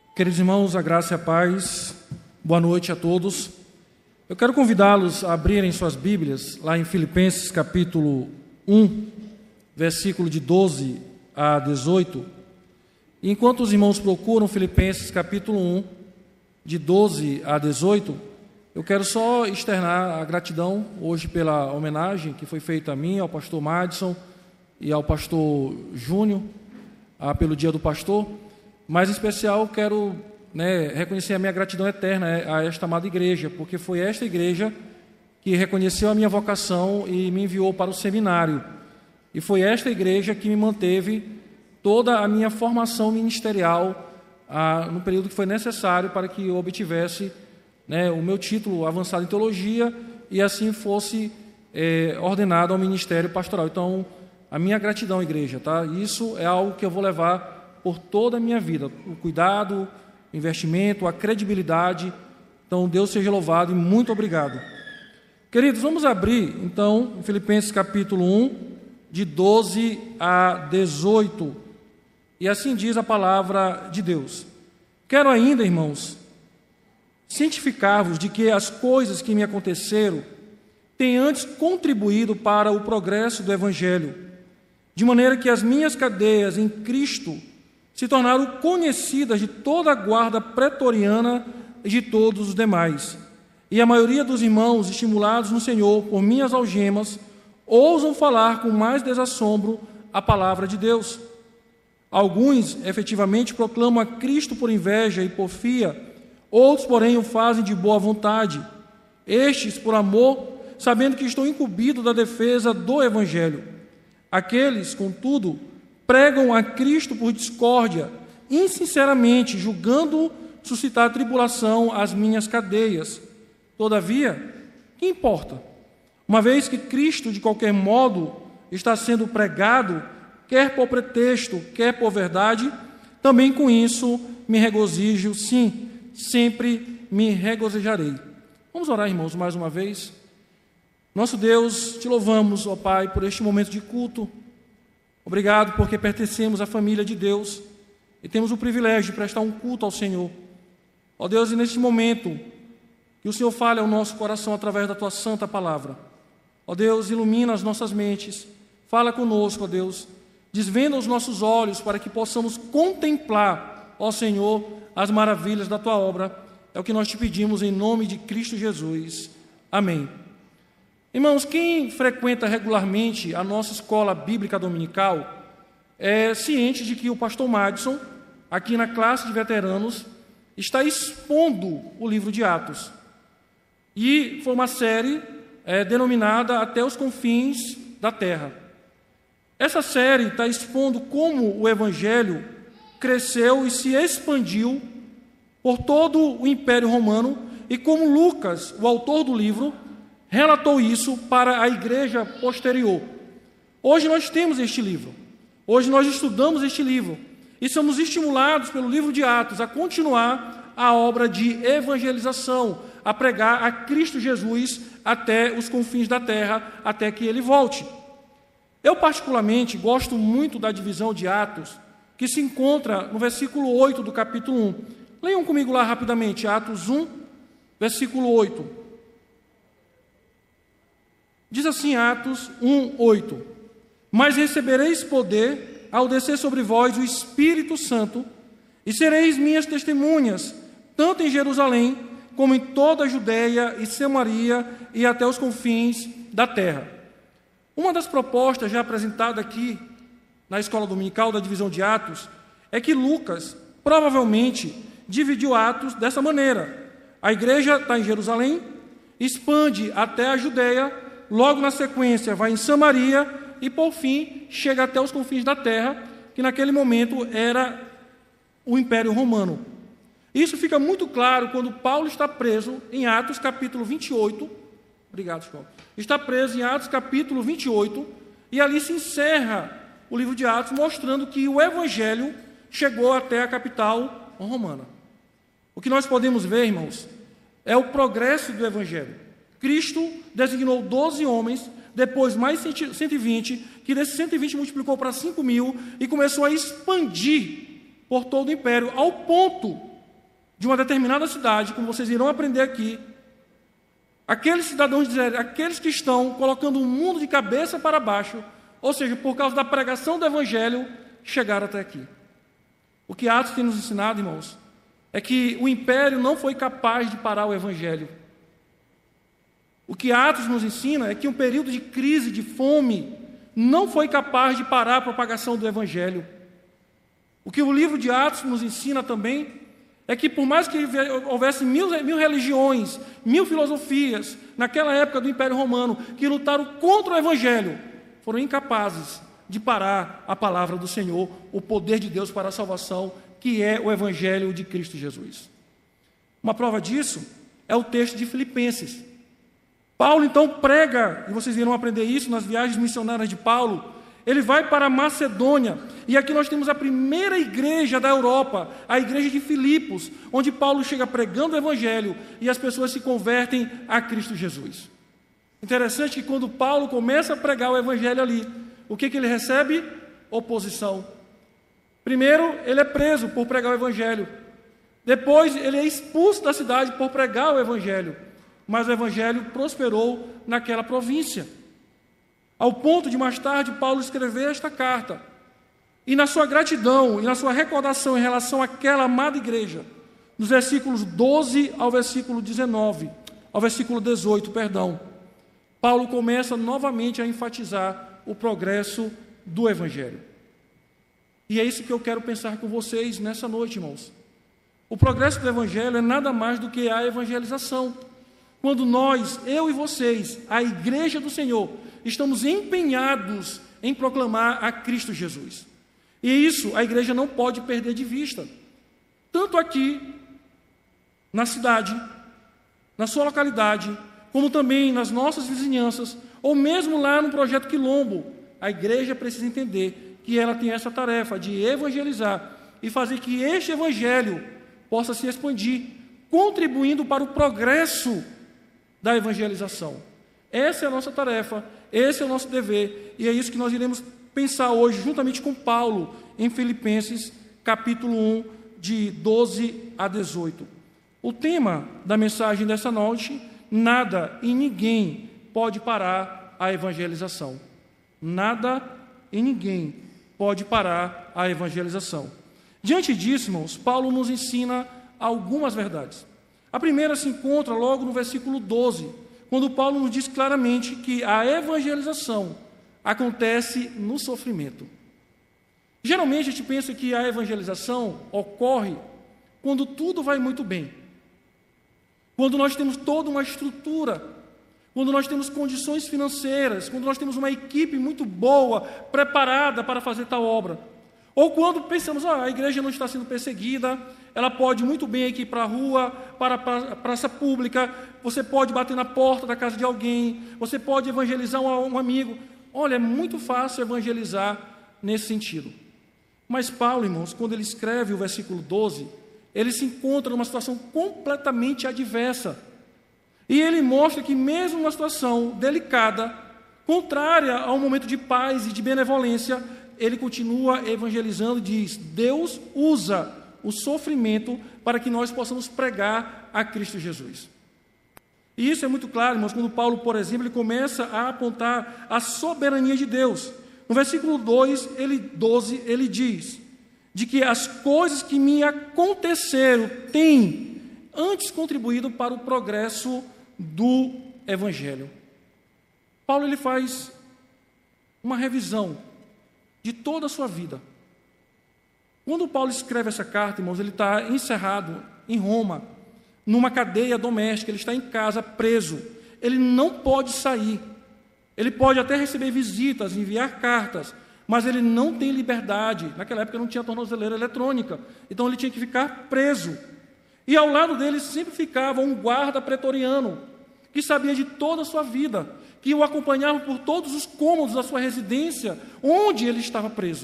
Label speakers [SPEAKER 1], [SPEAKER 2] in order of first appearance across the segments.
[SPEAKER 1] Queridos irmãos, a graça e a paz, boa noite a todos. Eu quero convidá-los a abrirem suas Bíblias, lá em Filipenses capítulo 1, versículo de 12 a 18. E enquanto os irmãos procuram Filipenses capítulo 1, de 12 a 18, eu quero só externar a gratidão hoje pela homenagem que foi feita a mim, ao pastor Madison e ao pastor Júnior, pelo Dia do Pastor. Mas, em especial, quero reconhecer a minha gratidão eterna a esta amada igreja, porque foi esta igreja que reconheceu a minha vocação e me enviou para o seminário. E foi esta igreja que me manteve toda a minha formação ministerial no período que foi necessário para que eu obtivesse o meu título avançado em teologia e assim fosse ordenado ao ministério pastoral. Então, a minha gratidão, igreja, tá? Isso é algo que eu vou levar por toda a minha vida, o cuidado, o investimento, a credibilidade. Então, Deus seja louvado e muito obrigado. Queridos, vamos abrir, então, em Filipenses capítulo 1, de 12 a 18. E assim diz a palavra de Deus. Quero ainda, irmãos, cientificar-vos de que as coisas que me aconteceram têm antes contribuído para o progresso do Evangelho, de maneira que as minhas cadeias em Cristo se tornaram conhecidas de toda a guarda pretoriana e de todos os demais. E a maioria dos irmãos, estimulados no Senhor por minhas algemas, ousam falar com mais desassombro a palavra de Deus. Alguns, efetivamente, proclamam a Cristo por inveja e porfia, outros, porém, o fazem de boa vontade. Estes, por amor, sabendo que estou incumbido da defesa do Evangelho. Aqueles, contudo, pregam a Cristo por discórdia, insinceramente, julgando suscitar tribulação às minhas cadeias. Todavia, que importa? Uma vez que Cristo, de qualquer modo, está sendo pregado, quer por pretexto, quer por verdade, também com isso me regozijo, sim, sempre me regozijarei. Vamos orar, irmãos, mais uma vez. Nosso Deus, te louvamos, ó Pai, por este momento de culto. Obrigado porque pertencemos à família de Deus e temos o privilégio de prestar um culto ao Senhor. Ó Deus, e neste momento, que o Senhor fale ao nosso coração através da Tua santa palavra. Ó Deus, ilumina as nossas mentes, fala conosco, ó Deus, desvenda os nossos olhos para que possamos contemplar, ó Senhor, as maravilhas da Tua obra. É o que nós te pedimos em nome de Cristo Jesus. Amém. Irmãos, quem frequenta regularmente a nossa escola bíblica dominical é ciente de que o pastor Madison, aqui na classe de veteranos, está expondo o livro de Atos. E foi uma série denominada Até os Confins da Terra. Essa série está expondo como o Evangelho cresceu e se expandiu por todo o Império Romano e como Lucas, o autor do livro, relatou isso para a igreja posterior. Hoje nós temos este livro. Hoje nós estudamos este livro. E somos estimulados pelo livro de Atos a continuar a obra de evangelização, a pregar a Cristo Jesus até os confins da terra, até que Ele volte. Eu, particularmente, gosto muito da divisão de Atos, que se encontra no versículo 8 do capítulo 1. Leiam comigo lá rapidamente, Atos 1, versículo 8. Diz assim, Atos 1, 8. Mas recebereis poder ao descer sobre vós o Espírito Santo, e sereis minhas testemunhas, tanto em Jerusalém, como em toda a Judeia e Samaria, e até os confins da terra. Uma das propostas já apresentada aqui, na escola dominical da divisão de Atos, é que Lucas, provavelmente, dividiu Atos dessa maneira. A igreja está em Jerusalém, expande até a Judeia, logo na sequência vai em Samaria e, por fim, chega até os confins da terra, que naquele momento era o Império Romano. Isso fica muito claro quando Paulo está preso em Atos capítulo 28. Obrigado, Chico. Está preso em Atos capítulo 28 e ali se encerra o livro de Atos, mostrando que o Evangelho chegou até a capital romana. O que nós podemos ver, irmãos, é o progresso do Evangelho. Cristo designou 12 homens, depois mais 120, que desses 120 multiplicou para 5.000 e começou a expandir por todo o império, ao ponto de uma determinada cidade, como vocês irão aprender aqui, aqueles cidadãos de Israel, aqueles que estão colocando o mundo de cabeça para baixo, ou seja, por causa da pregação do Evangelho, chegaram até aqui. O que Atos tem nos ensinado, irmãos, é que o império não foi capaz de parar o Evangelho. O que Atos nos ensina é que um período de crise, de fome, não foi capaz de parar a propagação do Evangelho. O que o livro de Atos nos ensina também é que por mais que houvesse mil religiões, 1000 filosofias, naquela época do Império Romano, que lutaram contra o Evangelho, foram incapazes de parar a palavra do Senhor, o poder de Deus para a salvação, que é o Evangelho de Cristo Jesus. Uma prova disso é o texto de Filipenses. Paulo então prega, e vocês irão aprender isso nas viagens missionárias de Paulo. Ele vai para a Macedônia, e aqui nós temos a primeira igreja da Europa, a igreja de Filipos, onde Paulo chega pregando o Evangelho e as pessoas se convertem a Cristo Jesus. Interessante que quando Paulo começa a pregar o Evangelho ali, o que ele recebe? Oposição. Primeiro, ele é preso por pregar o Evangelho. Depois, ele é expulso da cidade por pregar o Evangelho. Mas o Evangelho prosperou naquela província. Ao ponto de, mais tarde, Paulo escrever esta carta. E na sua gratidão e na sua recordação em relação àquela amada igreja, nos versículos 12 ao versículo 19, ao versículo 18, Paulo começa novamente a enfatizar o progresso do Evangelho. E é isso que eu quero pensar com vocês nessa noite, irmãos. O progresso do Evangelho é nada mais do que a evangelização. Quando nós, eu e vocês, a igreja do Senhor, estamos empenhados em proclamar a Cristo Jesus. E isso a igreja não pode perder de vista. Tanto aqui, na cidade, na sua localidade, como também nas nossas vizinhanças, ou mesmo lá no Projeto Quilombo, a igreja precisa entender que ela tem essa tarefa de evangelizar e fazer que este evangelho possa se expandir, contribuindo para o progresso da evangelização. Essa é a nossa tarefa, esse é o nosso dever, e é isso que nós iremos pensar hoje, juntamente com Paulo, em Filipenses, capítulo 1, de 12 a 18. O tema da mensagem dessa noite: nada e ninguém pode parar a evangelização. Nada e ninguém pode parar a evangelização. Diante disso, irmãos, Paulo nos ensina algumas verdades. A primeira se encontra logo no versículo 12, quando Paulo nos diz claramente que a evangelização acontece no sofrimento. Geralmente a gente pensa que a evangelização ocorre quando tudo vai muito bem, quando nós temos toda uma estrutura, quando nós temos condições financeiras, quando nós temos uma equipe muito boa, preparada para fazer tal obra. Ou quando pensamos, a igreja não está sendo perseguida, ela pode muito bem ir para a rua, para a praça pública, você pode bater na porta da casa de alguém, você pode evangelizar um amigo. Olha, é muito fácil evangelizar nesse sentido. Mas Paulo, irmãos, quando ele escreve o versículo 12, ele se encontra numa situação completamente adversa. E ele mostra que mesmo numa situação delicada, contrária ao momento de paz e de benevolência, ele continua evangelizando e diz: Deus usa o sofrimento para que nós possamos pregar a Cristo Jesus. E isso é muito claro, irmãos, quando Paulo, por exemplo, ele começa a apontar a soberania de Deus. No versículo 12, ele diz de que as coisas que me aconteceram têm antes contribuído para o progresso do Evangelho. Paulo ele faz uma revisão de toda a sua vida. Quando Paulo escreve essa carta, irmãos, ele está encerrado em Roma, numa cadeia doméstica, ele está em casa, preso. Ele não pode sair. Ele pode até receber visitas, enviar cartas, mas ele não tem liberdade. Naquela época não tinha tornozeleira eletrônica, então ele tinha que ficar preso. E ao lado dele sempre ficava um guarda pretoriano, que sabia de toda a sua vida, que o acompanhava por todos os cômodos da sua residência, onde ele estava preso.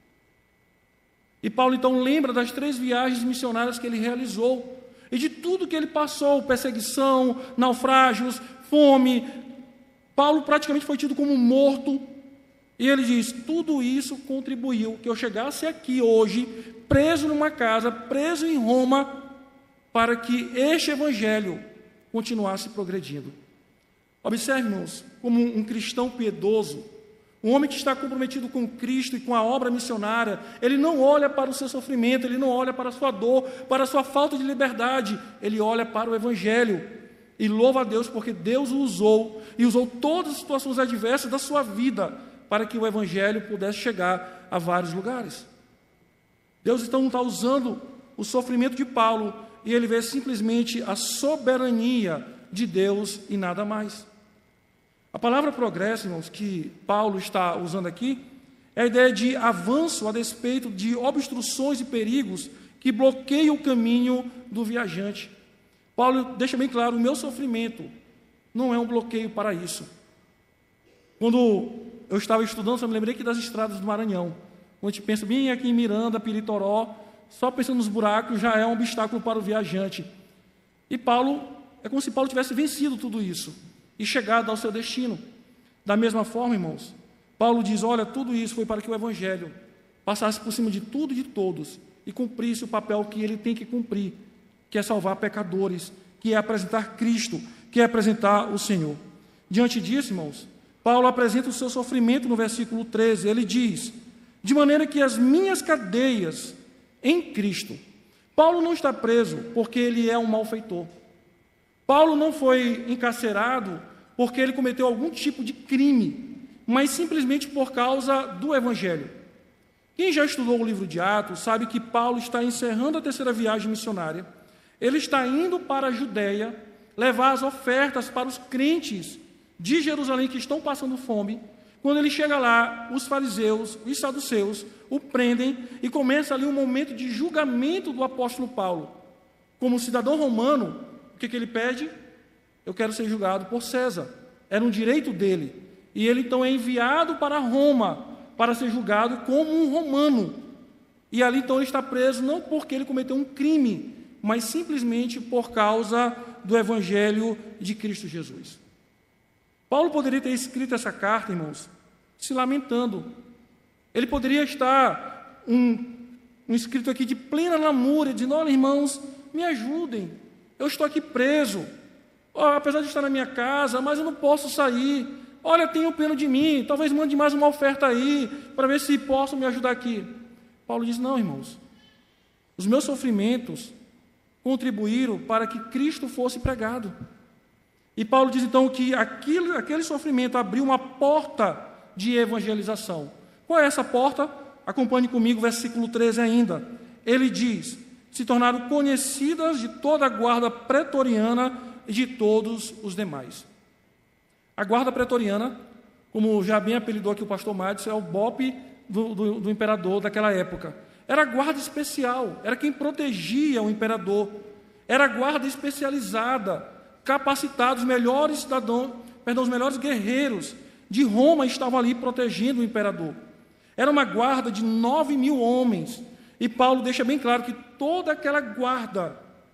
[SPEAKER 1] E Paulo então lembra das 3 viagens missionárias que ele realizou, e de tudo que ele passou, perseguição, naufrágios, fome. Paulo praticamente foi tido como morto, e ele diz: tudo isso contribuiu que eu chegasse aqui hoje, preso numa casa, preso em Roma, para que este evangelho continuasse progredindo. Observe, irmãos, como um cristão piedoso, um homem que está comprometido com Cristo e com a obra missionária, ele não olha para o seu sofrimento, ele não olha para a sua dor, para a sua falta de liberdade, ele olha para o evangelho e louva a Deus porque Deus o usou e usou todas as situações adversas da sua vida para que o evangelho pudesse chegar a vários lugares. Deus então não está usando o sofrimento de Paulo e ele vê simplesmente a soberania de Deus e nada mais. A palavra progresso, irmãos, que Paulo está usando aqui, é a ideia de avanço a despeito de obstruções e perigos que bloqueiam o caminho do viajante. Paulo deixa bem claro, o meu sofrimento não é um bloqueio para isso. Quando eu estava estudando, eu me lembrei que das estradas do Maranhão, quando a gente pensa bem aqui em Miranda, Piritoró, só pensando nos buracos já é um obstáculo para o viajante. E Paulo, é como se Paulo tivesse vencido tudo isso e chegado ao seu destino. Da mesma forma, irmãos, Paulo diz, olha, tudo isso foi para que o evangelho passasse por cima de tudo e de todos e cumprisse o papel que ele tem que cumprir, que é salvar pecadores, que é apresentar Cristo, que é apresentar o Senhor. Diante disso, irmãos, Paulo apresenta o seu sofrimento no versículo 13. Ele diz, de maneira que as minhas cadeias em Cristo. Paulo não está preso porque ele é um malfeitor. Paulo não foi encarcerado porque ele cometeu algum tipo de crime, mas simplesmente por causa do evangelho. Quem já estudou o livro de Atos sabe que Paulo está encerrando a terceira viagem missionária. Ele está indo para a Judéia levar as ofertas para os crentes de Jerusalém que estão passando fome. Quando ele chega lá, os fariseus, os saduceus, o prendem e começa ali um momento de julgamento do apóstolo Paulo. Como cidadão romano, o que ele pede? Eu quero ser julgado por César. Era um direito dele. E ele então é enviado para Roma para ser julgado como um romano. E ali então ele está preso não porque ele cometeu um crime, mas simplesmente por causa do evangelho de Cristo Jesus. Paulo poderia ter escrito essa carta, irmãos, se lamentando. Ele poderia estar um escrito aqui de plena lamúria, dizendo, olha, irmãos, me ajudem, eu estou aqui preso, apesar de estar na minha casa, mas eu não posso sair, olha, tenham pena de mim, talvez mande mais uma oferta aí, para ver se possam me ajudar aqui. Paulo diz, não, irmãos, os meus sofrimentos contribuíram para que Cristo fosse pregado. E Paulo diz então que aquele sofrimento abriu uma porta de evangelização. Qual é essa porta? Acompanhe comigo o versículo 13 ainda. Ele diz, se tornaram conhecidas de toda a guarda pretoriana e de todos os demais. A guarda pretoriana, como já bem apelidou aqui o pastor Madison, é o BOPE do imperador daquela época. Era a guarda especial, era quem protegia o imperador. Era a guarda especializada, capacitados, os melhores cidadãos, os melhores guerreiros de Roma estavam ali protegendo o imperador. Era uma guarda de 9.000 homens. E Paulo deixa bem claro que toda aquela guarda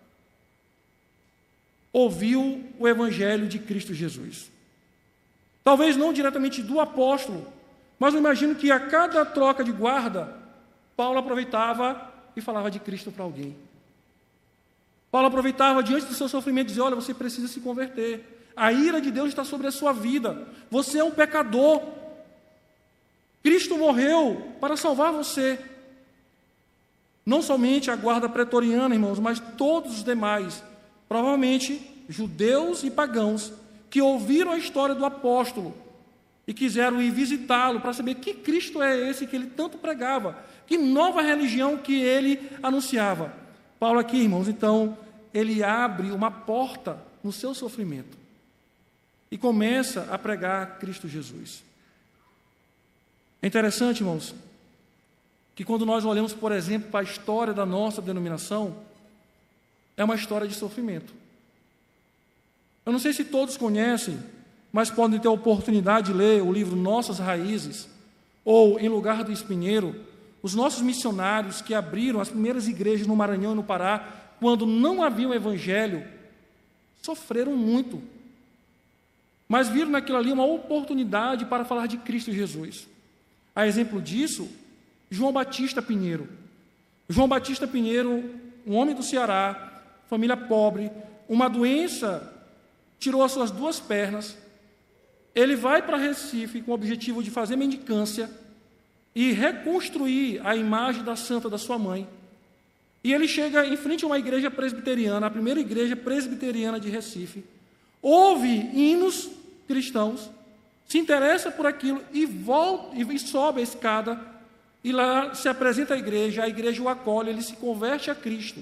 [SPEAKER 1] ouviu o evangelho de Cristo Jesus. Talvez não diretamente do apóstolo, mas eu imagino que a cada troca de guarda, Paulo aproveitava e falava de Cristo para alguém. Paulo aproveitava diante do seu sofrimento e dizia, olha, você precisa se converter. A ira de Deus está sobre a sua vida. Você é um pecador. Cristo morreu para salvar você. Não somente a guarda pretoriana, irmãos, mas todos os demais, provavelmente judeus e pagãos, que ouviram a história do apóstolo e quiseram ir visitá-lo para saber que Cristo é esse que ele tanto pregava, que nova religião que ele anunciava. Paulo aqui, irmãos, então, ele abre uma porta no seu sofrimento e começa a pregar Cristo Jesus. É interessante, irmãos, que quando nós olhamos, por exemplo, para a história da nossa denominação, é uma história de sofrimento. Eu não sei se todos conhecem, mas podem ter a oportunidade de ler o livro Nossas Raízes, ou Em Lugar do Espinheiro, os nossos missionários que abriram as primeiras igrejas no Maranhão e no Pará, quando não havia um evangelho, sofreram muito. Mas viram naquilo ali uma oportunidade para falar de Cristo Jesus. A exemplo disso, João Batista Pinheiro. João Batista Pinheiro, um homem do Ceará, família pobre, uma doença tirou as suas 2 pernas. Ele vai para Recife com o objetivo de fazer mendicância e reconstruir a imagem da santa da sua mãe. E ele chega em frente a uma igreja presbiteriana, a primeira igreja presbiteriana de Recife, ouve hinos cristãos, se interessa por aquilo e volta e sobe a escada e lá se apresenta à igreja, a igreja o acolhe, ele se converte a Cristo.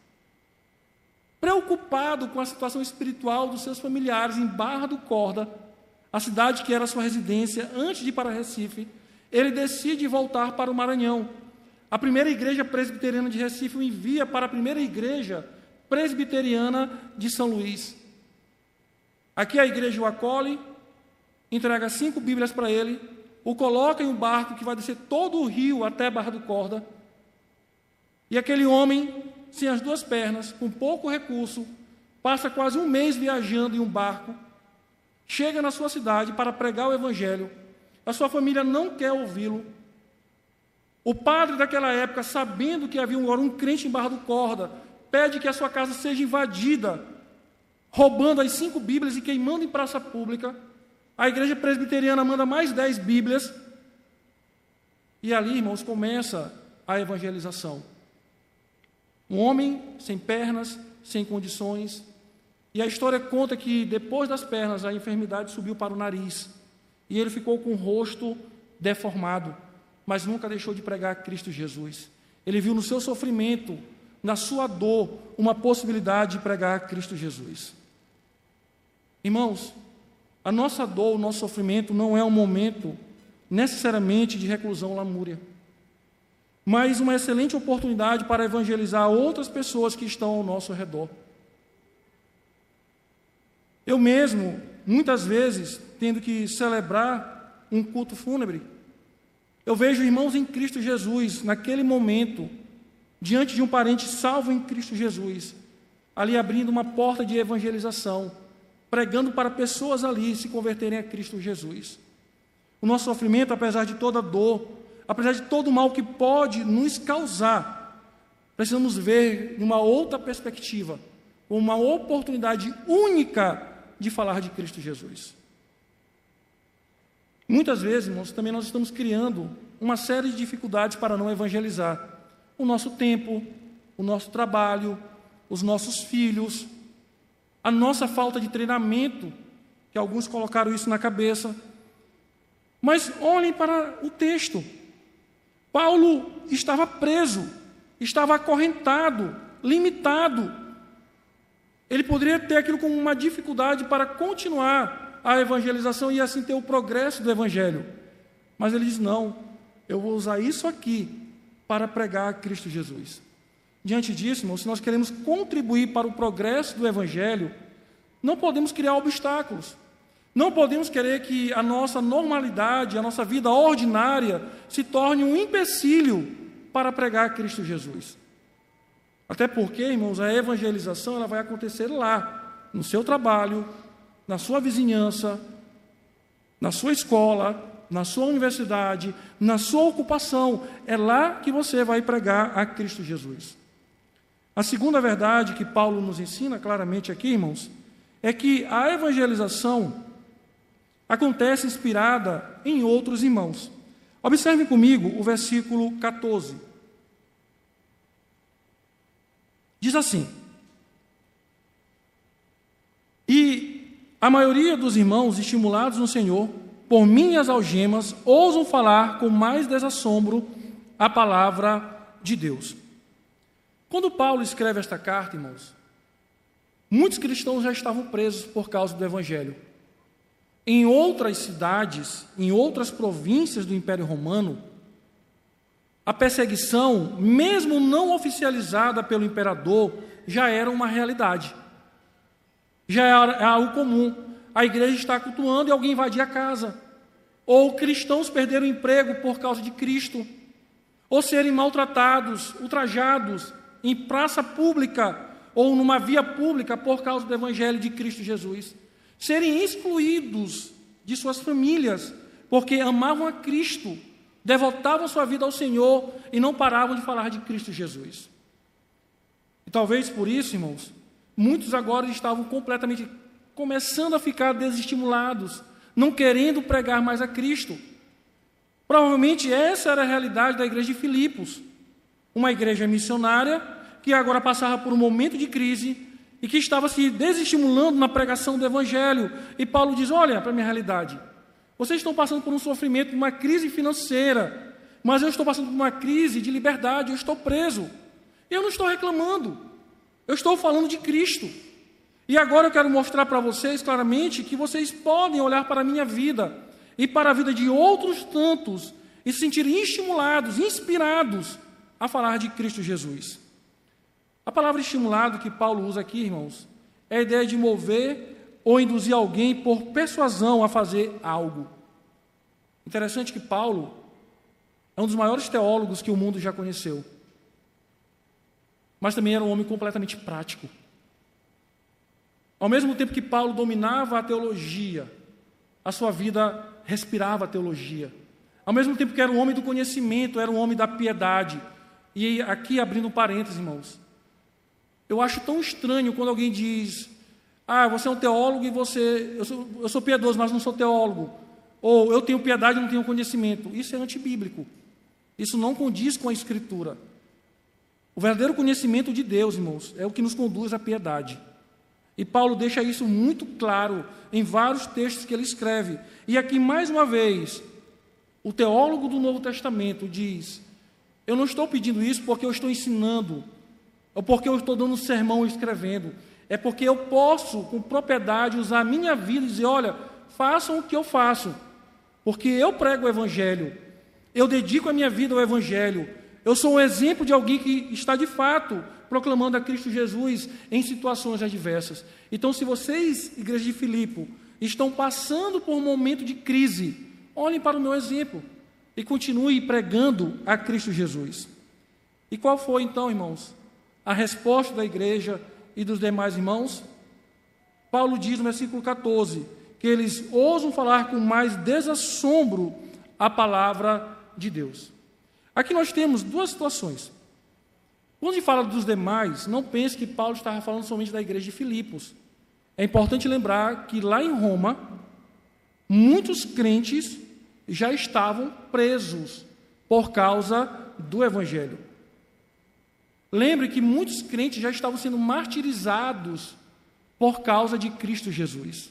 [SPEAKER 1] Preocupado com a situação espiritual dos seus familiares em Barra do Corda, a cidade que era sua residência antes de ir para Recife, ele decide voltar para o Maranhão. A primeira igreja presbiteriana de Recife o envia para a primeira igreja presbiteriana de São Luís. Aqui a igreja o acolhe, entrega 5 Bíblias para ele, o coloca em um barco que vai descer todo o rio até Barra do Corda, e aquele homem, sem as 2 pernas, com pouco recurso, passa quase 1 mês viajando em um barco, chega na sua cidade para pregar o Evangelho, a sua família não quer ouvi-lo. O padre daquela época, sabendo que havia agora um crente em Barra do Corda, pede que a sua casa seja invadida, roubando as 5 Bíblias e queimando em praça pública. A igreja presbiteriana manda mais 10 Bíblias, e ali, irmãos, começa a evangelização. Um homem sem pernas, sem condições, e a história conta que depois das pernas a enfermidade subiu para o nariz, e ele ficou com o rosto deformado, mas nunca deixou de pregar Cristo Jesus. Ele viu no seu sofrimento, na sua dor, uma possibilidade de pregar Cristo Jesus. Irmãos, a nossa dor, o nosso sofrimento não é um momento necessariamente de reclusão lamúria, mas uma excelente oportunidade para evangelizar outras pessoas que estão ao nosso redor. Eu mesmo, muitas vezes, tendo que celebrar um culto fúnebre, eu vejo irmãos em Cristo Jesus, naquele momento, diante de um parente salvo em Cristo Jesus, ali abrindo uma porta de evangelização, pregando para pessoas ali se converterem a Cristo Jesus. O nosso sofrimento, apesar de toda dor, apesar de todo o mal que pode nos causar, precisamos ver de uma outra perspectiva, como uma oportunidade única de falar de Cristo Jesus. Muitas vezes, irmãos, também nós estamos criando uma série de dificuldades para não evangelizar. O nosso tempo, o nosso trabalho, os nossos filhos, a nossa falta de treinamento, que alguns colocaram isso na cabeça. Mas olhem para o texto. Paulo estava preso, estava acorrentado, limitado. Ele poderia ter aquilo como uma dificuldade para continuar a evangelização e assim ter o progresso do evangelho. Mas ele diz, não, eu vou usar isso aqui para pregar a Cristo Jesus. Diante disso, irmãos, se nós queremos contribuir para o progresso do evangelho, não podemos criar obstáculos. Não podemos querer que a nossa normalidade, a nossa vida ordinária, se torne um empecilho para pregar Cristo Jesus. Até porque, irmãos, a evangelização ela vai acontecer lá, no seu trabalho, na sua vizinhança, na sua escola, na sua universidade, na sua ocupação. É lá que você vai pregar a Cristo Jesus. A segunda verdade que Paulo nos ensina claramente aqui, irmãos, é que a evangelização acontece inspirada em outros irmãos. Observem comigo o versículo 14. Diz assim: e a maioria dos irmãos, estimulados no Senhor, por minhas algemas, ousam falar com mais desassombro a palavra de Deus. Quando Paulo escreve esta carta, irmãos, muitos cristãos já estavam presos por causa do Evangelho. Em outras cidades, em outras províncias do Império Romano, a perseguição, mesmo não oficializada pelo imperador, já era uma realidade. Já era algo comum. A igreja está cultuando e alguém invadir a casa. Ou cristãos perderam o emprego por causa de Cristo. Ou serem maltratados, ultrajados em praça pública ou numa via pública por causa do Evangelho de Cristo Jesus. Serem excluídos de suas famílias porque amavam a Cristo, devotavam sua vida ao Senhor e não paravam de falar de Cristo Jesus. E talvez por isso, irmãos, muitos agora estavam completamente começando a ficar desestimulados, não querendo pregar mais a Cristo. Provavelmente essa era a realidade da igreja de Filipos, uma igreja missionária que agora passava por um momento de crise e que estava se desestimulando na pregação do Evangelho. E Paulo diz, olha para a minha realidade, vocês estão passando por um sofrimento, uma crise financeira, mas eu estou passando por uma crise de liberdade, eu estou preso. Eu não estou reclamando, eu estou falando de Cristo. E agora eu quero mostrar para vocês claramente que vocês podem olhar para a minha vida e para a vida de outros tantos e se sentirem estimulados, inspirados a falar de Cristo Jesus. A palavra estimulado que Paulo usa aqui, irmãos, é a ideia de mover ou induzir alguém por persuasão a fazer algo. Interessante que Paulo é um dos maiores teólogos que o mundo já conheceu, mas também era um homem completamente prático. Ao mesmo tempo que Paulo dominava a teologia, a sua vida respirava a teologia. Ao mesmo tempo que era um homem do conhecimento, era um homem da piedade. E aqui, abrindo um parênteses, irmãos, eu acho tão estranho quando alguém diz, você é um teólogo e eu sou piedoso, mas não sou teólogo. Ou eu tenho piedade e não tenho conhecimento. Isso é antibíblico. Isso não condiz com a Escritura. O verdadeiro conhecimento de Deus, irmãos, é o que nos conduz à piedade. E Paulo deixa isso muito claro em vários textos que ele escreve. E aqui, mais uma vez, o teólogo do Novo Testamento diz, eu não estou pedindo isso porque eu estou ensinando, ou porque eu estou dando um sermão e escrevendo. É porque eu posso, com propriedade, usar a minha vida e dizer, olha, façam o que eu faço, porque eu prego o Evangelho, eu dedico a minha vida ao Evangelho, eu sou um exemplo de alguém que está de fato proclamando a Cristo Jesus em situações adversas. Então, se vocês, igreja de Filipe, estão passando por um momento de crise, olhem para o meu exemplo e continue pregando a Cristo Jesus. E qual foi então, irmãos, a resposta da igreja e dos demais irmãos? Paulo diz no versículo 14 que eles ousam falar com mais desassombro a palavra de Deus. Aqui nós temos duas situações. Quando se fala dos demais, não pense que Paulo estava falando somente da igreja de Filipos. É importante lembrar que lá em Roma, muitos crentes já estavam presos por causa do Evangelho. Lembre que muitos crentes já estavam sendo martirizados por causa de Cristo Jesus.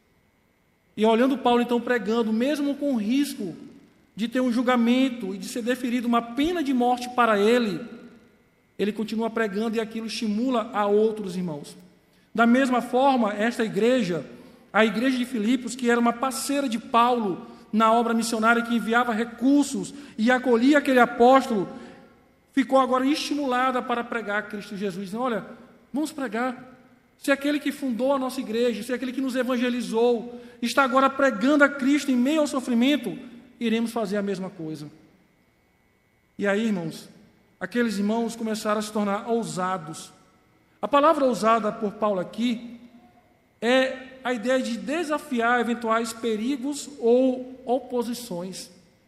[SPEAKER 1] E olhando Paulo então pregando, mesmo com o risco de ter um julgamento e de ser deferido uma pena de morte para ele continua pregando e aquilo estimula a outros irmãos. Da mesma forma, esta igreja, a igreja de Filipos, que era uma parceira de Paulo na obra missionária, que enviava recursos e acolhia aquele apóstolo, ficou agora estimulada para pregar Cristo Jesus. Dizendo, olha, vamos pregar. Se aquele que fundou a nossa igreja, se aquele que nos evangelizou, está agora pregando a Cristo em meio ao sofrimento, iremos fazer a mesma coisa. E aí, irmãos, aqueles irmãos começaram a se tornar ousados. A palavra ousada por Paulo aqui é a ideia de desafiar eventuais perigos ou oposições.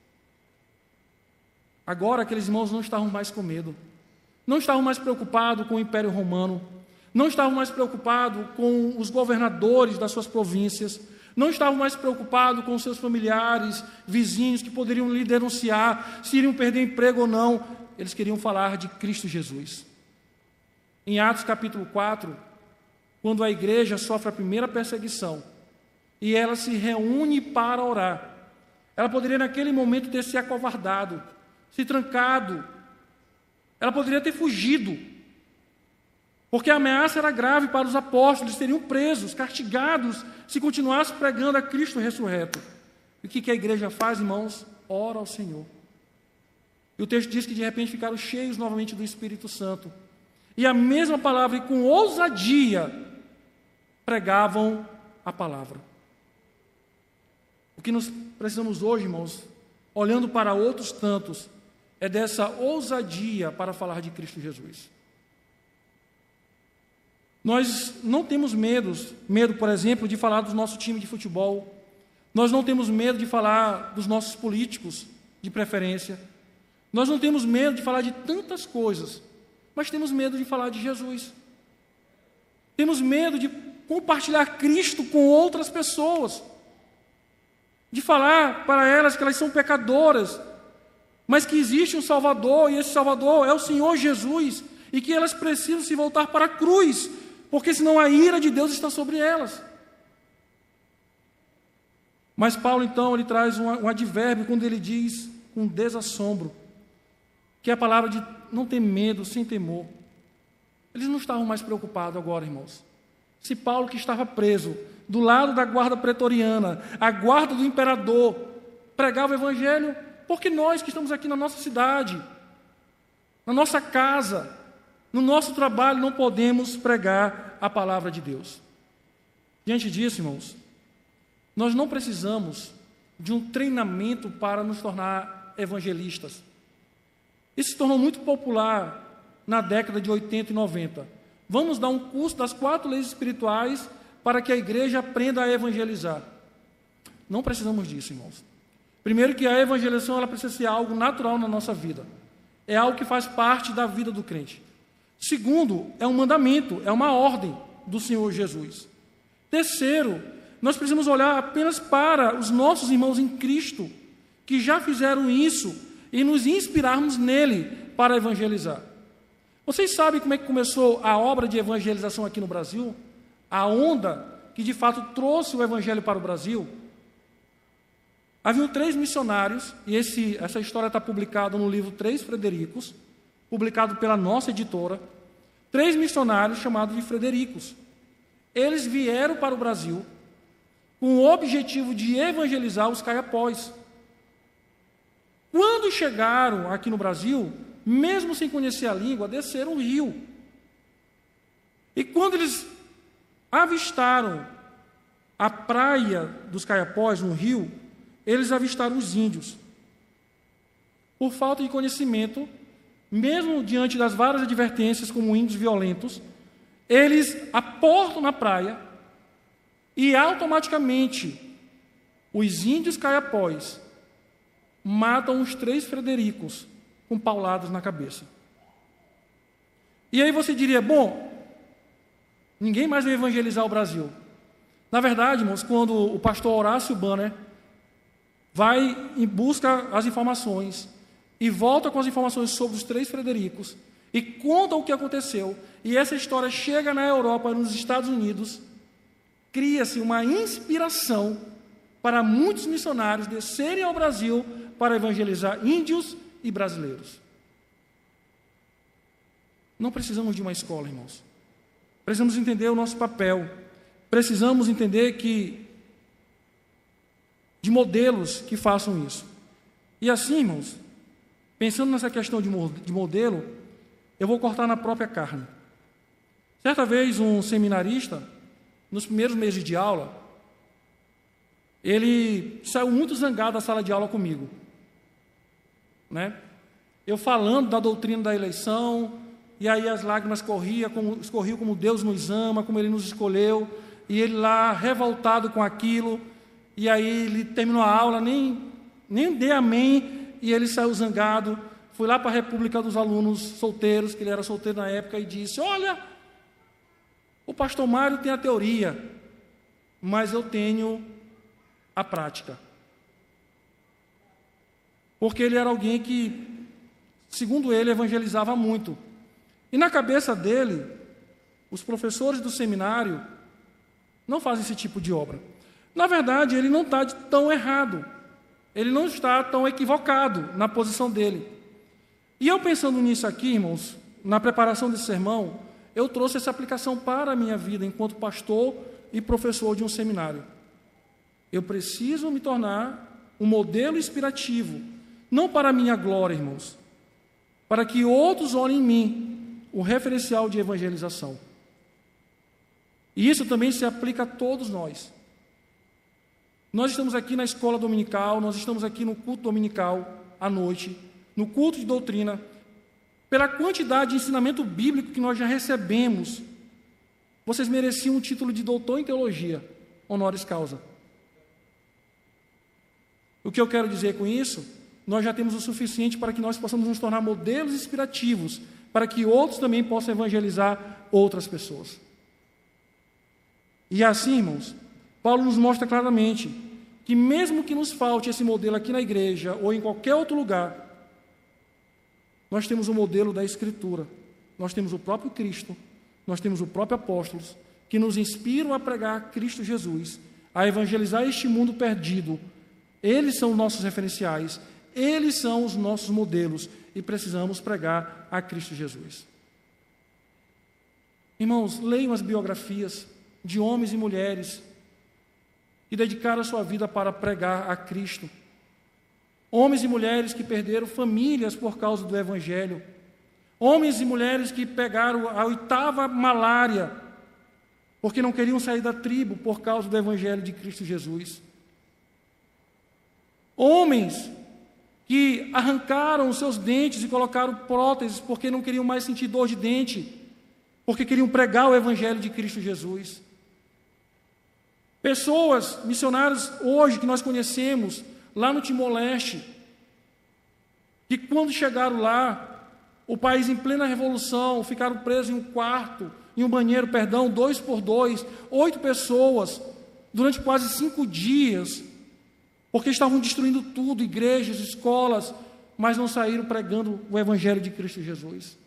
[SPEAKER 1] Agora aqueles irmãos não estavam mais com medo, não estavam mais preocupados com o Império Romano, não estavam mais preocupados com os governadores das suas províncias, não estavam mais preocupados com seus familiares, vizinhos que poderiam lhe denunciar, se iriam perder emprego ou não. Eles queriam falar de Cristo Jesus. Em Atos capítulo 4, quando a igreja sofre a primeira perseguição e ela se reúne para orar, ela poderia naquele momento ter se acovardado, se trancado, ela poderia ter fugido, porque a ameaça era grave para os apóstolos, eles seriam presos, castigados, se continuasse pregando a Cristo ressurreto. E o que a igreja faz, irmãos? Ora ao Senhor. E o texto diz que de repente ficaram cheios novamente do Espírito Santo. E a mesma palavra, e com ousadia, pregavam a palavra. O que nós precisamos hoje, irmãos, olhando para outros tantos, é dessa ousadia para falar de Cristo Jesus. Nós não temos medo, por exemplo, de falar do nosso time de futebol. Nós não temos medo de falar dos nossos políticos de preferência. Nós não temos medo de falar de tantas coisas mas temos medo de falar de Jesus. Temos medo de compartilhar Cristo com outras pessoas, de falar para elas que elas são pecadoras, mas que existe um Salvador, e esse Salvador é o Senhor Jesus, e que elas precisam se voltar para a cruz, porque senão a ira de Deus está sobre elas. Mas Paulo, então, ele traz um advérbio quando ele diz, com desassombro, que é a palavra de não ter medo, sem temor. Eles não estavam mais preocupados agora, irmãos. Se Paulo, que estava preso, do lado da guarda pretoriana, a guarda do imperador, pregava o evangelho, porque nós que estamos aqui na nossa cidade, na nossa casa, no nosso trabalho, não podemos pregar a palavra de Deus. Diante disso, irmãos, nós não precisamos de um treinamento para nos tornar evangelistas. Isso se tornou muito popular na década de 80 e 90. Vamos dar um curso das 4 leis espirituais para que a igreja aprenda a evangelizar. Não precisamos disso, irmãos. Primeiro que a evangelização ela precisa ser algo natural na nossa vida. É algo que faz parte da vida do crente. Segundo, é um mandamento, é uma ordem do Senhor Jesus. Terceiro, nós precisamos olhar apenas para os nossos irmãos em Cristo, que já fizeram isso, e nos inspirarmos nele para evangelizar. Vocês sabem como é que começou a obra de evangelização aqui no Brasil? A onda que de fato trouxe o evangelho para o Brasil? Haviam 3 missionários, e essa história está publicada no livro 3 Fredericos, publicado pela nossa editora. 3 missionários chamados de Fredericos. Eles vieram para o Brasil com o objetivo de evangelizar os caiapós. Quando chegaram aqui no Brasil, mesmo sem conhecer a língua, desceram o rio. E quando eles avistaram a praia dos caiapós, no rio, eles avistaram os índios. Por falta de conhecimento, mesmo diante das várias advertências como índios violentos, eles aportam na praia e automaticamente os índios caiapós matam os 3 Fredericos com pauladas na cabeça. E aí você diria, bom, ninguém mais vai evangelizar o Brasil. Na verdade, irmãos, quando o pastor Horácio Banner vai em busca das informações e volta com as informações sobre os 3 Fredericos e conta o que aconteceu, e essa história chega na Europa, nos Estados Unidos, cria-se uma inspiração para muitos missionários descerem ao Brasil para evangelizar índios e brasileiros. Não precisamos de uma escola, irmãos. Precisamos entender o nosso papel. Precisamos entender de modelos que façam isso. E assim, irmãos, pensando nessa questão de modelo, eu vou cortar na própria carne. Certa vez, um seminarista, nos primeiros meses de aula, ele saiu muito zangado da sala de aula comigo. Eu falando da doutrina da eleição, e aí as lágrimas escorriam como Deus nos ama, como Ele nos escolheu, e ele lá revoltado com aquilo, e aí ele terminou a aula, nem dei amém, e ele saiu zangado. Fui lá para a República dos Alunos Solteiros, que ele era solteiro na época, e disse, olha, o pastor Mário tem a teoria, mas eu tenho a prática. Porque ele era alguém que, segundo ele, evangelizava muito. E na cabeça dele, os professores do seminário não fazem esse tipo de obra. Na verdade, ele não está tão errado. Ele não está tão equivocado na posição dele. E eu pensando nisso aqui, irmãos, na preparação desse sermão, eu trouxe essa aplicação para a minha vida enquanto pastor e professor de um seminário. Eu preciso me tornar um modelo inspirativo, não para a minha glória, irmãos, para que outros olhem em mim o referencial de evangelização. E isso também se aplica a todos nós. Nós estamos aqui na escola dominical, nós estamos aqui no culto dominical à noite, no culto de doutrina, pela quantidade de ensinamento bíblico que nós já recebemos. Vocês mereciam um título de doutor em teologia, honoris causa. O que eu quero dizer com isso? Nós já temos o suficiente para que nós possamos nos tornar modelos inspirativos para que outros também possam evangelizar outras pessoas. E assim, irmãos, Paulo nos mostra claramente que mesmo que nos falte esse modelo aqui na igreja ou em qualquer outro lugar, nós temos o modelo da Escritura, nós temos o próprio Cristo, nós temos o próprio apóstolo, que nos inspiram a pregar Cristo Jesus, a evangelizar este mundo perdido. Eles são nossos referenciais, eles são os nossos modelos, e precisamos pregar a Cristo Jesus. Irmãos, leiam as biografias de homens e mulheres que dedicaram a sua vida para pregar a Cristo. Homens e mulheres que perderam famílias por causa do Evangelho. Homens e mulheres que pegaram a 8ª malária, porque não queriam sair da tribo por causa do Evangelho de Cristo Jesus. Homens que arrancaram os seus dentes e colocaram próteses porque não queriam mais sentir dor de dente, porque queriam pregar o Evangelho de Cristo Jesus. Pessoas, missionários hoje que nós conhecemos, lá no Timor-Leste, que quando chegaram lá, o país em plena revolução, ficaram presos em um banheiro, 2 por 2, 8 pessoas, durante quase 5 dias, porque estavam destruindo tudo, igrejas, escolas, mas não saíram pregando o Evangelho de Cristo Jesus.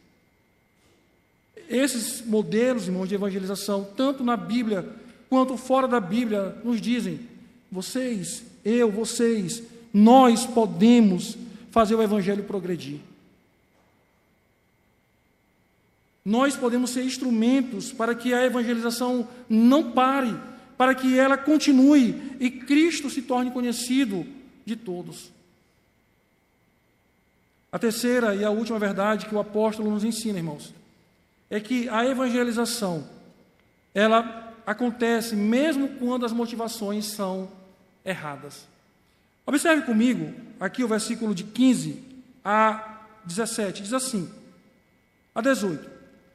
[SPEAKER 1] Esses modelos, irmãos, de evangelização, tanto na Bíblia quanto fora da Bíblia, nos dizem: vocês, nós podemos fazer o Evangelho progredir. Nós podemos ser instrumentos para que a evangelização não pare, para que ela continue e Cristo se torne conhecido de todos. A terceira e a última verdade que o apóstolo nos ensina, irmãos, é que a evangelização, ela acontece mesmo quando as motivações são erradas. Observe comigo aqui o versículo de 15 a 17, diz assim, a 18.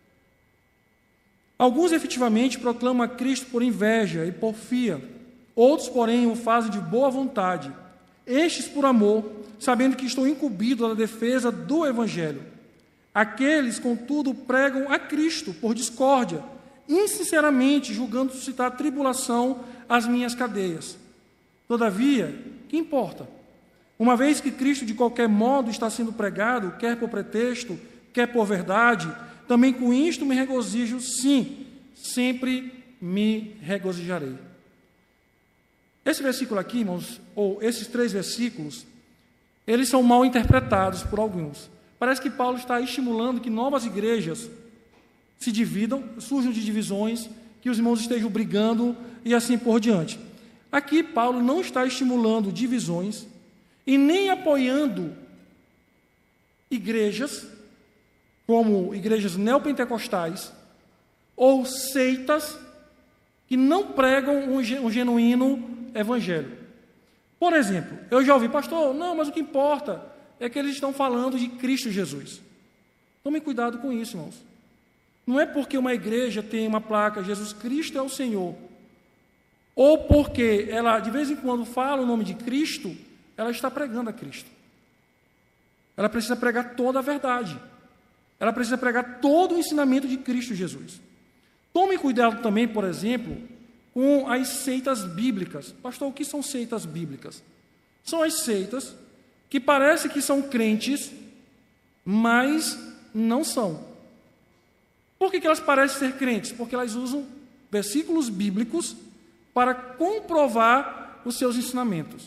[SPEAKER 1] Alguns efetivamente proclamam a Cristo por inveja e porfia, outros, porém, o fazem de boa vontade, estes por amor, sabendo que estou incumbido na defesa do Evangelho. Aqueles, contudo, pregam a Cristo por discórdia, insinceramente julgando suscitar tribulação às minhas cadeias. Todavia, que importa? Uma vez que Cristo de qualquer modo está sendo pregado, quer por pretexto, quer por verdade, também com isto me regozijo, sim, sempre me regozijarei. Esse versículo aqui, irmãos, ou esses 3 versículos, eles são mal interpretados por alguns. Parece que Paulo está estimulando que novas igrejas se dividam, surjam de divisões, que os irmãos estejam brigando e assim por diante. Aqui Paulo não está estimulando divisões e nem apoiando igrejas, como igrejas neopentecostais ou seitas que não pregam um genuíno evangelho. Por exemplo, eu já ouvi, pastor, não, mas o que importa é que eles estão falando de Cristo Jesus. Tome cuidado com isso, irmãos. Não é porque uma igreja tem uma placa, Jesus Cristo é o Senhor, ou porque ela, de vez em quando, fala o nome de Cristo, ela está pregando a Cristo. Ela precisa pregar toda a verdade. Ela precisa pregar todo o ensinamento de Cristo Jesus. Tome cuidado também, por exemplo, com as seitas bíblicas. Pastor, o que são seitas bíblicas? São as seitas que parecem que são crentes, mas não são. Por que elas parecem ser crentes? Porque elas usam versículos bíblicos para comprovar os seus ensinamentos.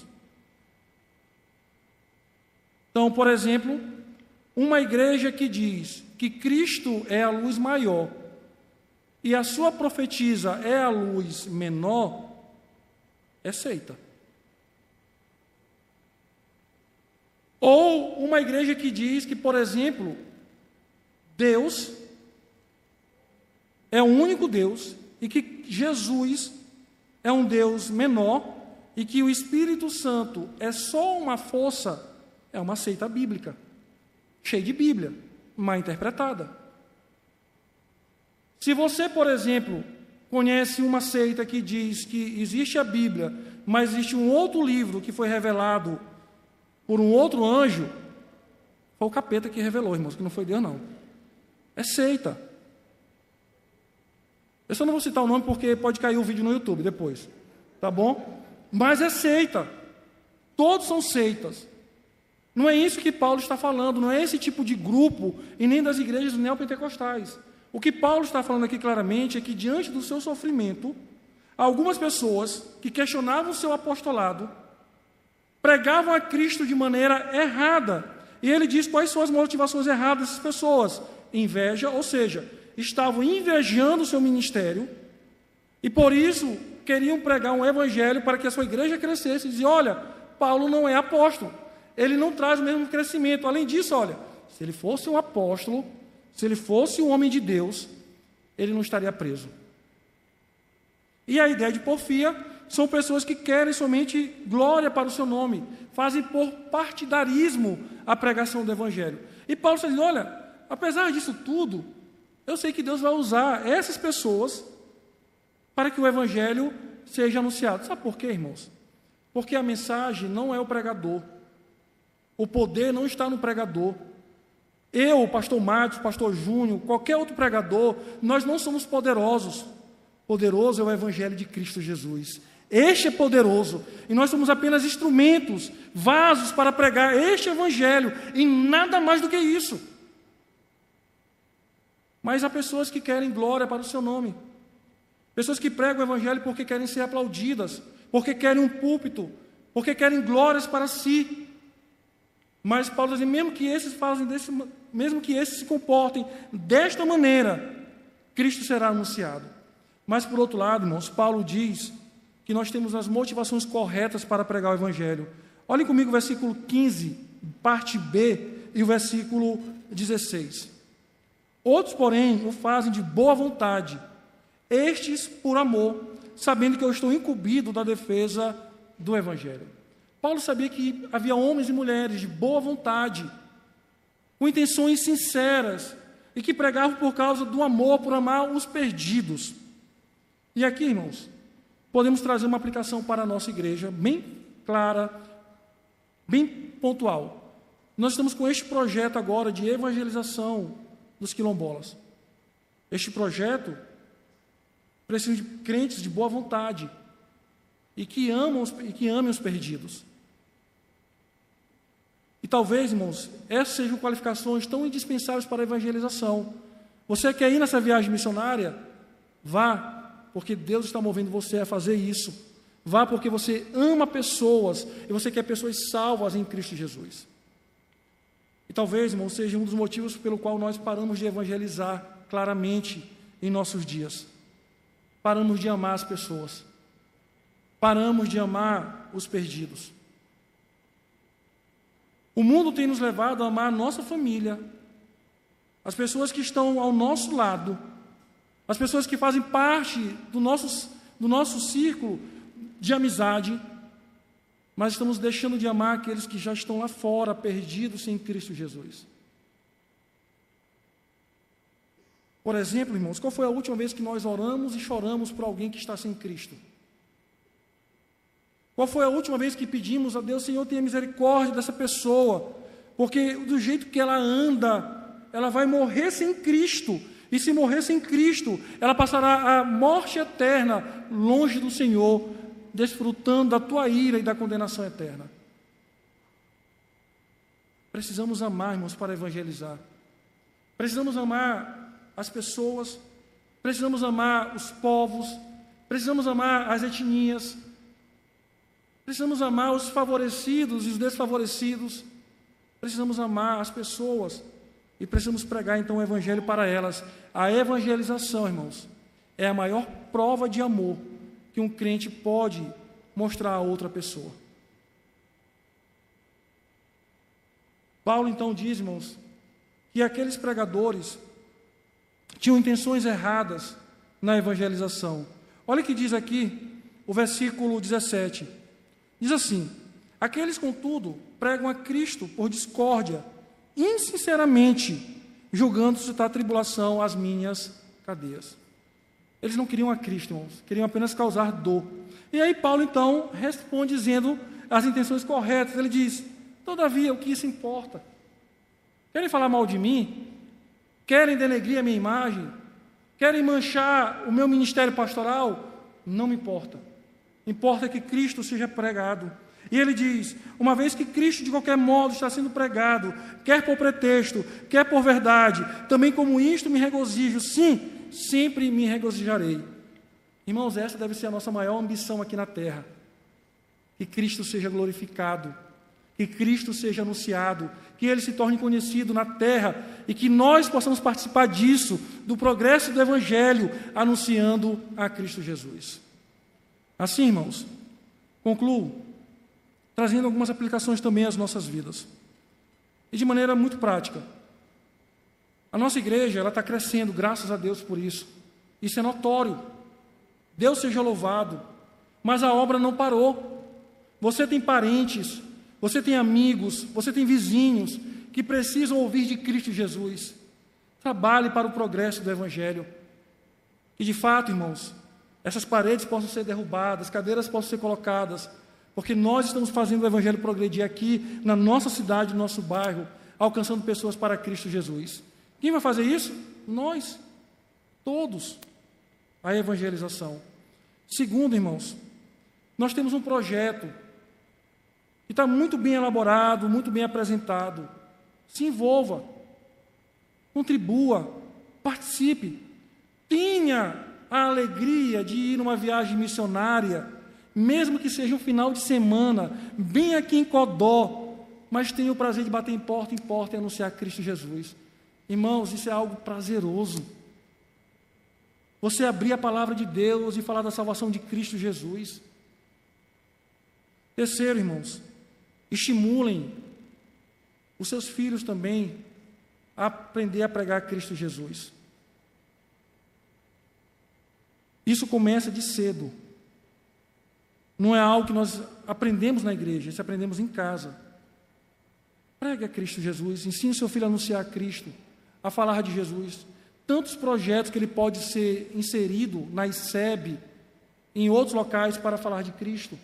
[SPEAKER 1] Então, por exemplo, uma igreja que diz que Cristo é a luz maior e a sua profetisa é a luz menor, é seita. Ou uma igreja que diz que, por exemplo, Deus é o único Deus e que Jesus é um Deus menor e que o Espírito Santo é só uma força, é uma seita bíblica, cheia de Bíblia, mal interpretada. Se você, por exemplo, conhece uma seita que diz que existe a Bíblia, mas existe um outro livro que foi revelado por um outro anjo, foi o capeta que revelou, irmãos, que não foi Deus, não. É seita. Eu só não vou citar o nome porque pode cair o vídeo no YouTube depois. Tá bom? Mas é seita. Todos são seitas. Não é isso que Paulo está falando, não é esse tipo de grupo e nem das igrejas neopentecostais. O que Paulo está falando aqui claramente é que diante do seu sofrimento, algumas pessoas que questionavam o seu apostolado pregavam a Cristo de maneira errada. E ele diz quais são as motivações erradas dessas pessoas. Inveja, ou seja, estavam invejando o seu ministério e por isso queriam pregar um evangelho para que a sua igreja crescesse e dizer, olha, Paulo não é apóstolo, ele não traz o mesmo crescimento. Além disso, olha, se ele fosse um apóstolo, se ele fosse um homem de Deus, ele não estaria preso. E a ideia de porfia são pessoas que querem somente glória para o seu nome, fazem por partidarismo a pregação do evangelho. E Paulo está dizendo, olha, apesar disso tudo, eu sei que Deus vai usar essas pessoas para que o evangelho seja anunciado. Sabe por quê, irmãos? Porque a mensagem não é o pregador. O poder não está no pregador. Eu, o pastor Marcos, o pastor Júnior, qualquer outro pregador, nós não somos poderosos. Poderoso é o evangelho de Cristo Jesus. Este é poderoso. E nós somos apenas instrumentos, vasos para pregar este evangelho. E nada mais do que isso. Mas há pessoas que querem glória para o seu nome. Pessoas que pregam o evangelho porque querem ser aplaudidas, porque querem um púlpito, porque querem glórias para si. Mas Paulo diz, mesmo que esses se comportem desta maneira, Cristo será anunciado. Mas por outro lado, irmãos, Paulo diz que nós temos as motivações corretas para pregar o evangelho. Olhem comigo o versículo 15, parte B, e o versículo 16. Outros, porém, o fazem de boa vontade, estes por amor, sabendo que eu estou incumbido da defesa do evangelho. Paulo sabia que havia homens e mulheres de boa vontade, com intenções sinceras, e que pregavam por causa do amor, por amar os perdidos. E aqui, irmãos, podemos trazer uma aplicação para a nossa igreja, bem clara, bem pontual. Nós estamos com este projeto agora de evangelização dos quilombolas. Este projeto precisa de crentes de boa vontade e que amem os perdidos. E talvez, irmãos, essas sejam qualificações tão indispensáveis para a evangelização. Você quer ir nessa viagem missionária? Vá, porque Deus está movendo você a fazer isso. Vá porque você ama pessoas e você quer pessoas salvas em Cristo Jesus. E talvez, irmão, seja um dos motivos pelo qual nós paramos de evangelizar claramente em nossos dias. Paramos de amar as pessoas. Paramos de amar os perdidos. O mundo tem nos levado a amar a nossa família, as pessoas que estão ao nosso lado, as pessoas que fazem parte do nosso círculo de amizade, mas estamos deixando de amar aqueles que já estão lá fora, perdidos sem Cristo Jesus. Por exemplo, irmãos, qual foi a última vez que nós oramos e choramos por alguém que está sem Cristo? Qual foi a última vez que pedimos a Deus, Senhor, tenha misericórdia dessa pessoa, porque do jeito que ela anda, ela vai morrer sem Cristo, e se morrer sem Cristo, ela passará a morte eterna longe do Senhor, desfrutando da tua ira e da condenação eterna. Precisamos amar, irmãos, para evangelizar. Precisamos amar as pessoas, precisamos amar os povos, precisamos amar as etnias, precisamos amar os favorecidos e os desfavorecidos, precisamos amar as pessoas e precisamos pregar então o evangelho para elas. A evangelização, irmãos, é a maior prova de amor que um crente pode mostrar a outra pessoa. Paulo então diz, irmãos, que aqueles pregadores tinham intenções erradas na evangelização. Olha o que diz aqui o versículo 17. Diz assim: aqueles, contudo, pregam a Cristo por discórdia, insinceramente, julgando suscitar tribulação às minhas cadeias. Eles não queriam a Cristo, irmãos, queriam apenas causar dor. E aí Paulo, então, responde dizendo as intenções corretas. Ele diz, todavia, o que isso importa? Querem falar mal de mim? querem denegrir a minha imagem, querem manchar o meu ministério pastoral, não me importa. Importa que Cristo seja pregado. E ele diz, uma vez que Cristo de qualquer modo está sendo pregado, quer por pretexto, quer por verdade, também como isto me regozijo, sim, sempre me regozijarei. Irmãos, essa deve ser a nossa maior ambição aqui na terra. Que Cristo seja glorificado, que Cristo seja anunciado, que Ele se torne conhecido na terra e que nós possamos participar disso, do progresso do Evangelho, anunciando a Cristo Jesus. Assim, irmãos, concluo trazendo algumas aplicações também às nossas vidas. E de maneira muito prática. A nossa igreja, ela está crescendo, graças a Deus por isso. Isso é notório. Deus seja louvado. Mas a obra não parou. Você tem parentes, você tem amigos, você tem vizinhos que precisam ouvir de Cristo Jesus. Trabalhe para o progresso do Evangelho. E de fato, irmãos, essas paredes possam ser derrubadas, cadeiras possam ser colocadas, porque nós estamos fazendo o Evangelho progredir aqui, na nossa cidade, no nosso bairro, alcançando pessoas para Cristo Jesus. Quem vai fazer isso? Nós. Todos. A evangelização. Segundo, irmãos, nós temos um projeto que está muito bem elaborado, muito bem apresentado. Se envolva. Contribua. Participe. Tenha a alegria de ir numa viagem missionária, mesmo que seja um final de semana, bem aqui em Codó, mas tenha o prazer de bater em porta e anunciar Cristo Jesus. Irmãos, isso é algo prazeroso. Você abrir a palavra de Deus e falar da salvação de Cristo Jesus. Terceiro, irmãos, estimulem os seus filhos também a aprender a pregar Cristo Jesus. Isso começa de cedo. Não é algo que nós aprendemos na igreja, isso aprendemos em casa. Pregue a Cristo Jesus, ensine seu filho a anunciar a Cristo, a falar de Jesus. Tantos projetos que ele pode ser inserido na ICEB, em outros locais para falar de Cristo.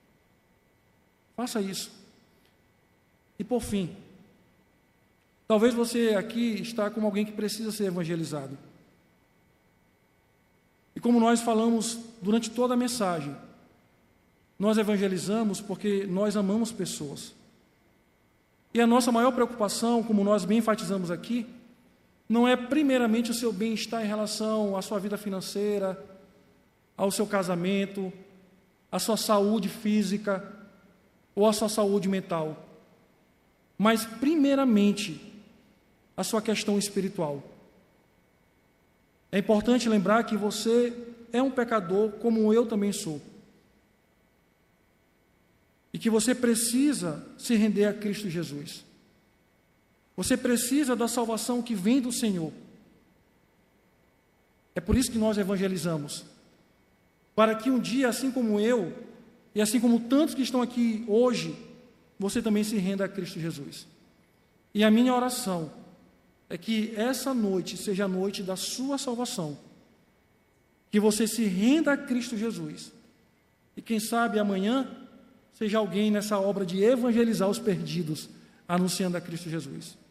[SPEAKER 1] Faça isso. E por fim, talvez você aqui está como alguém que precisa ser evangelizado. E como nós falamos durante toda a mensagem, nós evangelizamos porque nós amamos pessoas. E a nossa maior preocupação, como nós bem enfatizamos aqui, não é primeiramente o seu bem-estar em relação à sua vida financeira, ao seu casamento, à sua saúde física ou à sua saúde mental, mas primeiramente a sua questão espiritual. É importante lembrar que você é um pecador como eu também sou. E que você precisa se render a Cristo Jesus. Você precisa da salvação que vem do Senhor. É por isso que nós evangelizamos. Para que um dia, assim como eu, e assim como tantos que estão aqui hoje, você também se renda a Cristo Jesus. E a minha oração é que essa noite seja a noite da sua salvação. Que você se renda a Cristo Jesus. E quem sabe amanhã seja alguém nessa obra de evangelizar os perdidos, anunciando a Cristo Jesus.